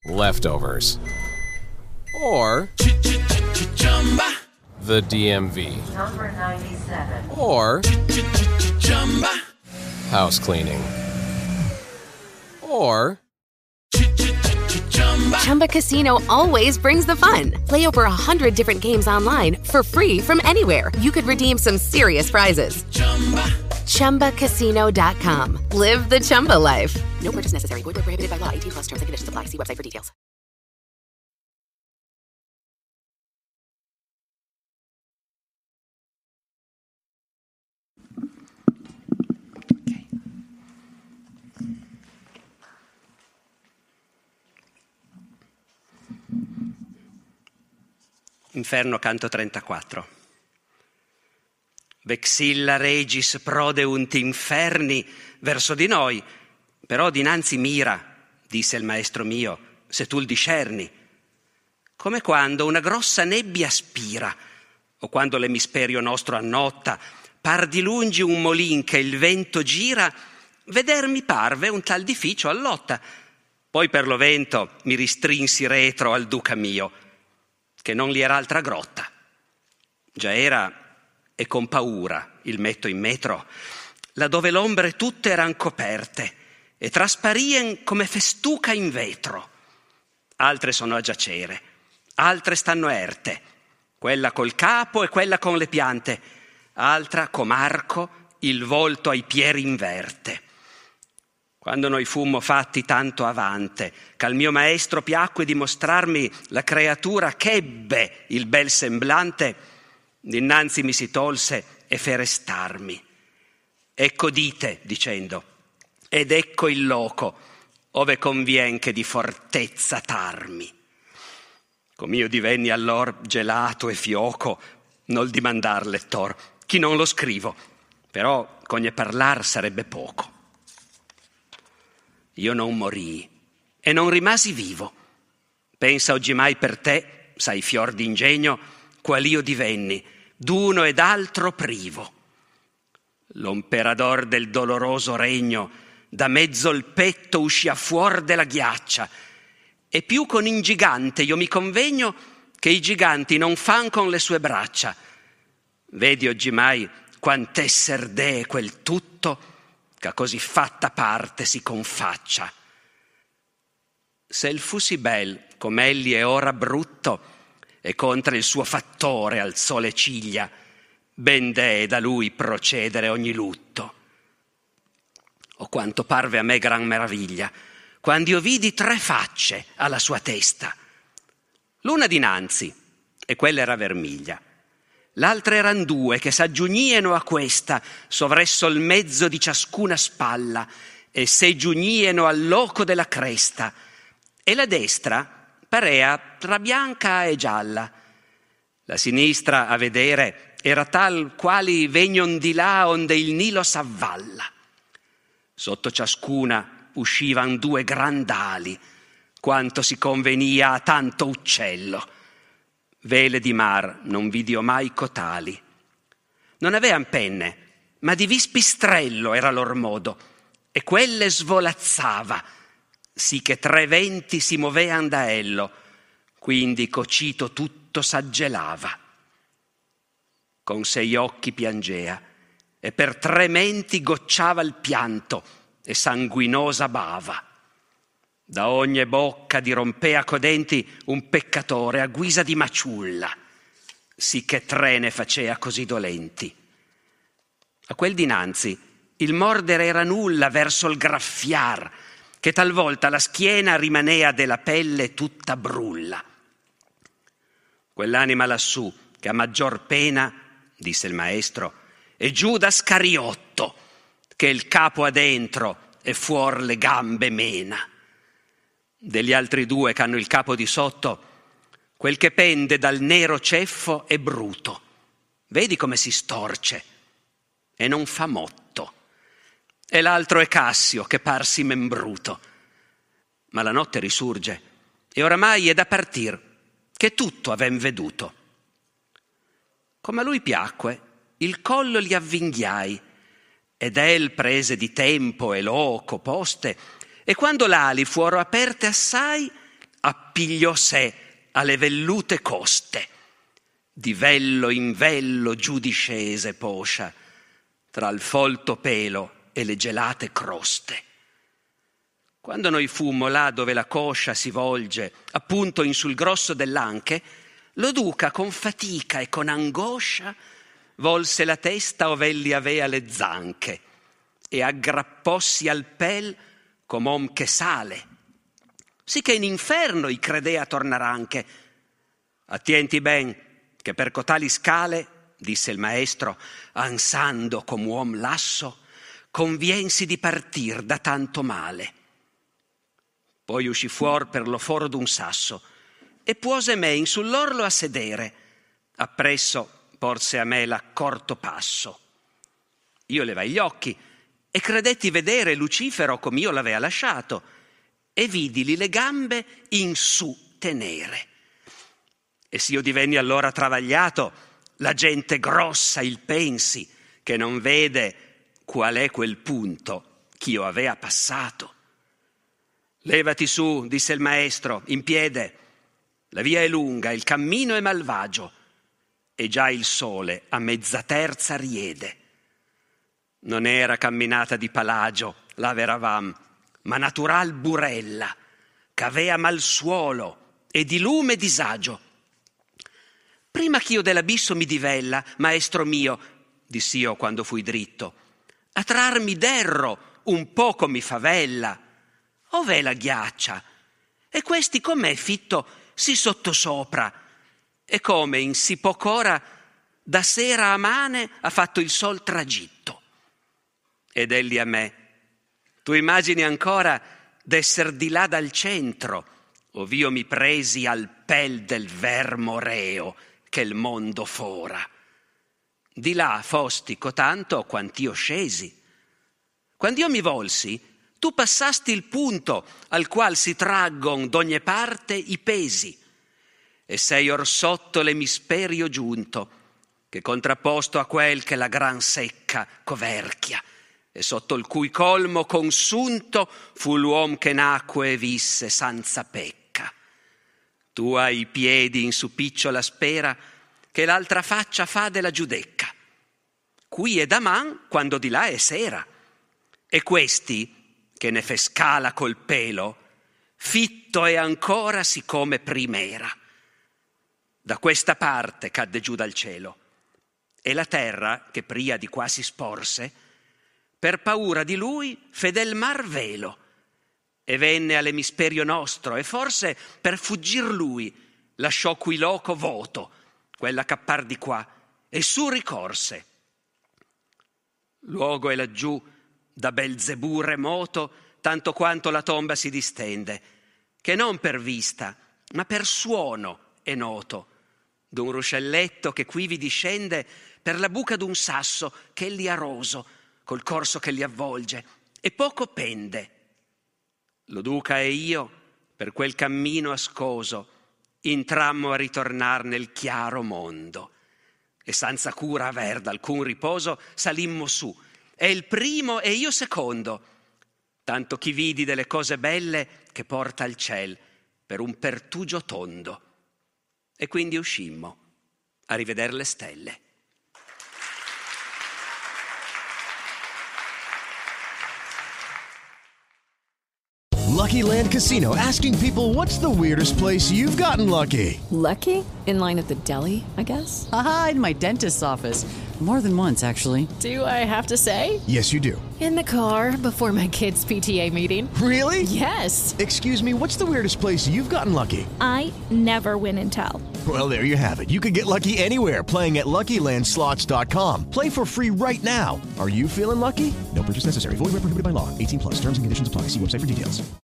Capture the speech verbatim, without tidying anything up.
leftovers, or the D M V, Number ninety-seven. or house cleaning, or Chumba Casino always brings the fun. Play over a hundred different games online for free from anywhere. You could redeem some serious prizes. Chumba Casino dot com. Live the Chumba life. No purchase necessary. Void where prohibited by law. eighteen plus terms and conditions apply. See website for details. Inferno, canto trentaquattro. Vexilla regis prodeunt inferni verso di noi, però dinanzi mira, disse il maestro mio, se tu il discerni, come quando una grossa nebbia spira, o quando l'emisperio nostro annotta, par di lungi un molin che il vento gira, veder mi parve un tal edificio allotta, poi per lo vento mi ristrinsi retro al duca mio, che non li era altra grotta. Già era, e con paura il metto in metro, laddove l'ombre tutte eran coperte e trasparien come festuca in vetro. Altre sono a giacere, altre stanno erte, quella col capo e quella con le piante, altra comarco il volto ai piedi inverte. Quando noi fummo fatti tanto avante, ch'al mio maestro piacque dimostrarmi la creatura ch'ebbe il bel semblante, dinanzi mi si tolse e fe restarmi. Ecco dite, dicendo, ed ecco il loco, ove convien che di fortezza tarmi. Com'io divenni allor gelato e fioco, nol dimandar lettor, chi non lo scrivo, però cogne parlar sarebbe poco. Io non morii e non rimasi vivo. Pensa oggimai per te, sai fior d'ingegno, qual io divenni, d'uno ed altro privo. L'omperador del doloroso regno, da mezzo il petto uscia fuor della ghiaccia, e più con in gigante io mi convegno che i giganti non fan con le sue braccia. Vedi oggimai quant'esser dee quel tutto, che a così fatta parte si confaccia. Se il fussi bel com'egli è ora brutto, e contra il suo fattore alzò le ciglia, ben dee da lui procedere ogni lutto. O quanto parve a me gran meraviglia, quando io vidi tre facce alla sua testa, l'una dinanzi, e quella era vermiglia, l'altra eran due che s'aggiunieno a questa sovresso il mezzo di ciascuna spalla e se giunieno al loco della cresta, e la destra parea tra bianca e gialla. La sinistra a vedere era tal quali vegnon di là onde il Nilo s'avvalla. Sotto ciascuna uscivan due grandali, quanto si convenia a tanto uccello. Vele di mar non vidio mai cotali. Non avean penne, ma di vis pistrello era lor modo, e quelle svolazzava, sì che tre venti si movean da ello, quindi cocito tutto s'aggelava. Con sei occhi piangea, e per tre menti gocciava il pianto, e sanguinosa bava. Da ogni bocca dirompea codenti un peccatore a guisa di maciulla, sì che tre ne facea così dolenti. A quel dinanzi il mordere era nulla verso il graffiar, che talvolta la schiena rimanea della pelle tutta brulla. Quell'anima lassù, che a maggior pena, disse il maestro, è Giuda Scariotto, che il capo adentro e fuor le gambe mena. Degli altri due che hanno il capo di sotto, quel che pende dal nero ceffo è bruto. Vedi come si storce e non fa motto. E l'altro è Cassio che parsi membruto. Ma la notte risurge e oramai è da partir, che tutto aven veduto. Come a lui piacque, il collo gli avvinghiai, ed el prese di tempo e loco poste, e quando l'ali fuoro aperte assai, appigliò sé alle vellute coste. Di vello in vello giù discese poscia, tra il folto pelo e le gelate croste. Quando noi fummo là dove la coscia si volge, appunto in sul grosso dell'anche, lo duca con fatica e con angoscia volse la testa ov'elli avea le zanche e aggrappossi al pel com'om che sale, sì che in inferno i credea tornar anche. Attienti ben, che per cotali scale, disse il maestro, ansando come uom lasso, conviensi di partir da tanto male. Poi uscì fuor per lo foro d'un sasso e puose me in sull'orlo a sedere. Appresso porse a me l'accorto passo. Io levai gli occhi e credetti vedere Lucifero com'io l'avea lasciato e vidili le gambe in su tenere. E s'io divenni allora travagliato, la gente grossa il pensi che non vede qual è quel punto ch'io avea passato. Levati su, disse il maestro, in piede. La via è lunga, il cammino è malvagio e già il sole a mezza terza riede. Non era camminata di palagio, là veravam, ma natural burella, c'avea mal suolo e di lume disagio. Prima ch'io dell'abisso mi divella, maestro mio, diss'io quando fui dritto, a trarmi d'erro un poco mi favella. Ov'è la ghiaccia? E questi com'è fitto sì sottosopra? E come in sì poch'ora da sera a mane ha fatto il sol tragitto? Ed egli a me, tu immagini ancora d'esser di là dal centro, ov'io mi presi al pel del vermo reo che il mondo fora. Di là fosti cotanto quant'io scesi. Quand'io mi volsi, tu passasti il punto al qual si traggon d'ogni parte i pesi, e sei or sotto l'emisperio giunto, che contrapposto a quel che la gran secca coverchia, e sotto il cui colmo consunto fu l'uom che nacque e visse senza pecca. Tu hai i piedi in su picciola spera, che l'altra faccia fa della giudecca. Qui è da man quando di là è sera, e questi, che ne fe scala col pelo, fitto è ancora siccome prim'era. Da questa parte cadde giù dal cielo, e la terra, che pria di qua si sporse, per paura di lui fedel mar velo, e venne all'emisperio nostro, e forse per fuggir lui lasciò qui loco voto, quella cappar di qua, e su ricorse. Luogo è laggiù da Belzebù remoto, tanto quanto la tomba si distende, che non per vista, ma per suono è noto, d'un ruscelletto che qui vi discende per la buca d'un sasso che egli ha roso, col corso che li avvolge, e poco pende. Lo duca e io, per quel cammino ascoso, intrammo a ritornar nel chiaro mondo, e senza cura aver d'alcun riposo salimmo su, e il primo e io secondo, tanto chi vidi delle cose belle che porta al ciel per un pertugio tondo. E quindi uscimmo a riveder le stelle. Lucky Land Casino, asking people, what's the weirdest place you've gotten lucky? Lucky? In line at the deli, I guess? Aha, in my dentist's office. More than once, actually. Do I have to say? Yes, you do. In the car before my kids' P T A meeting. Really? Yes. Excuse me, what's the weirdest place you've gotten lucky? I never win and tell. Well, there you have it. You can get lucky anywhere, playing at Lucky Land Slots dot com. Play for free right now. Are you feeling lucky? No purchase necessary. Void where prohibited by law. eighteen plus. Terms and conditions apply. See website for details.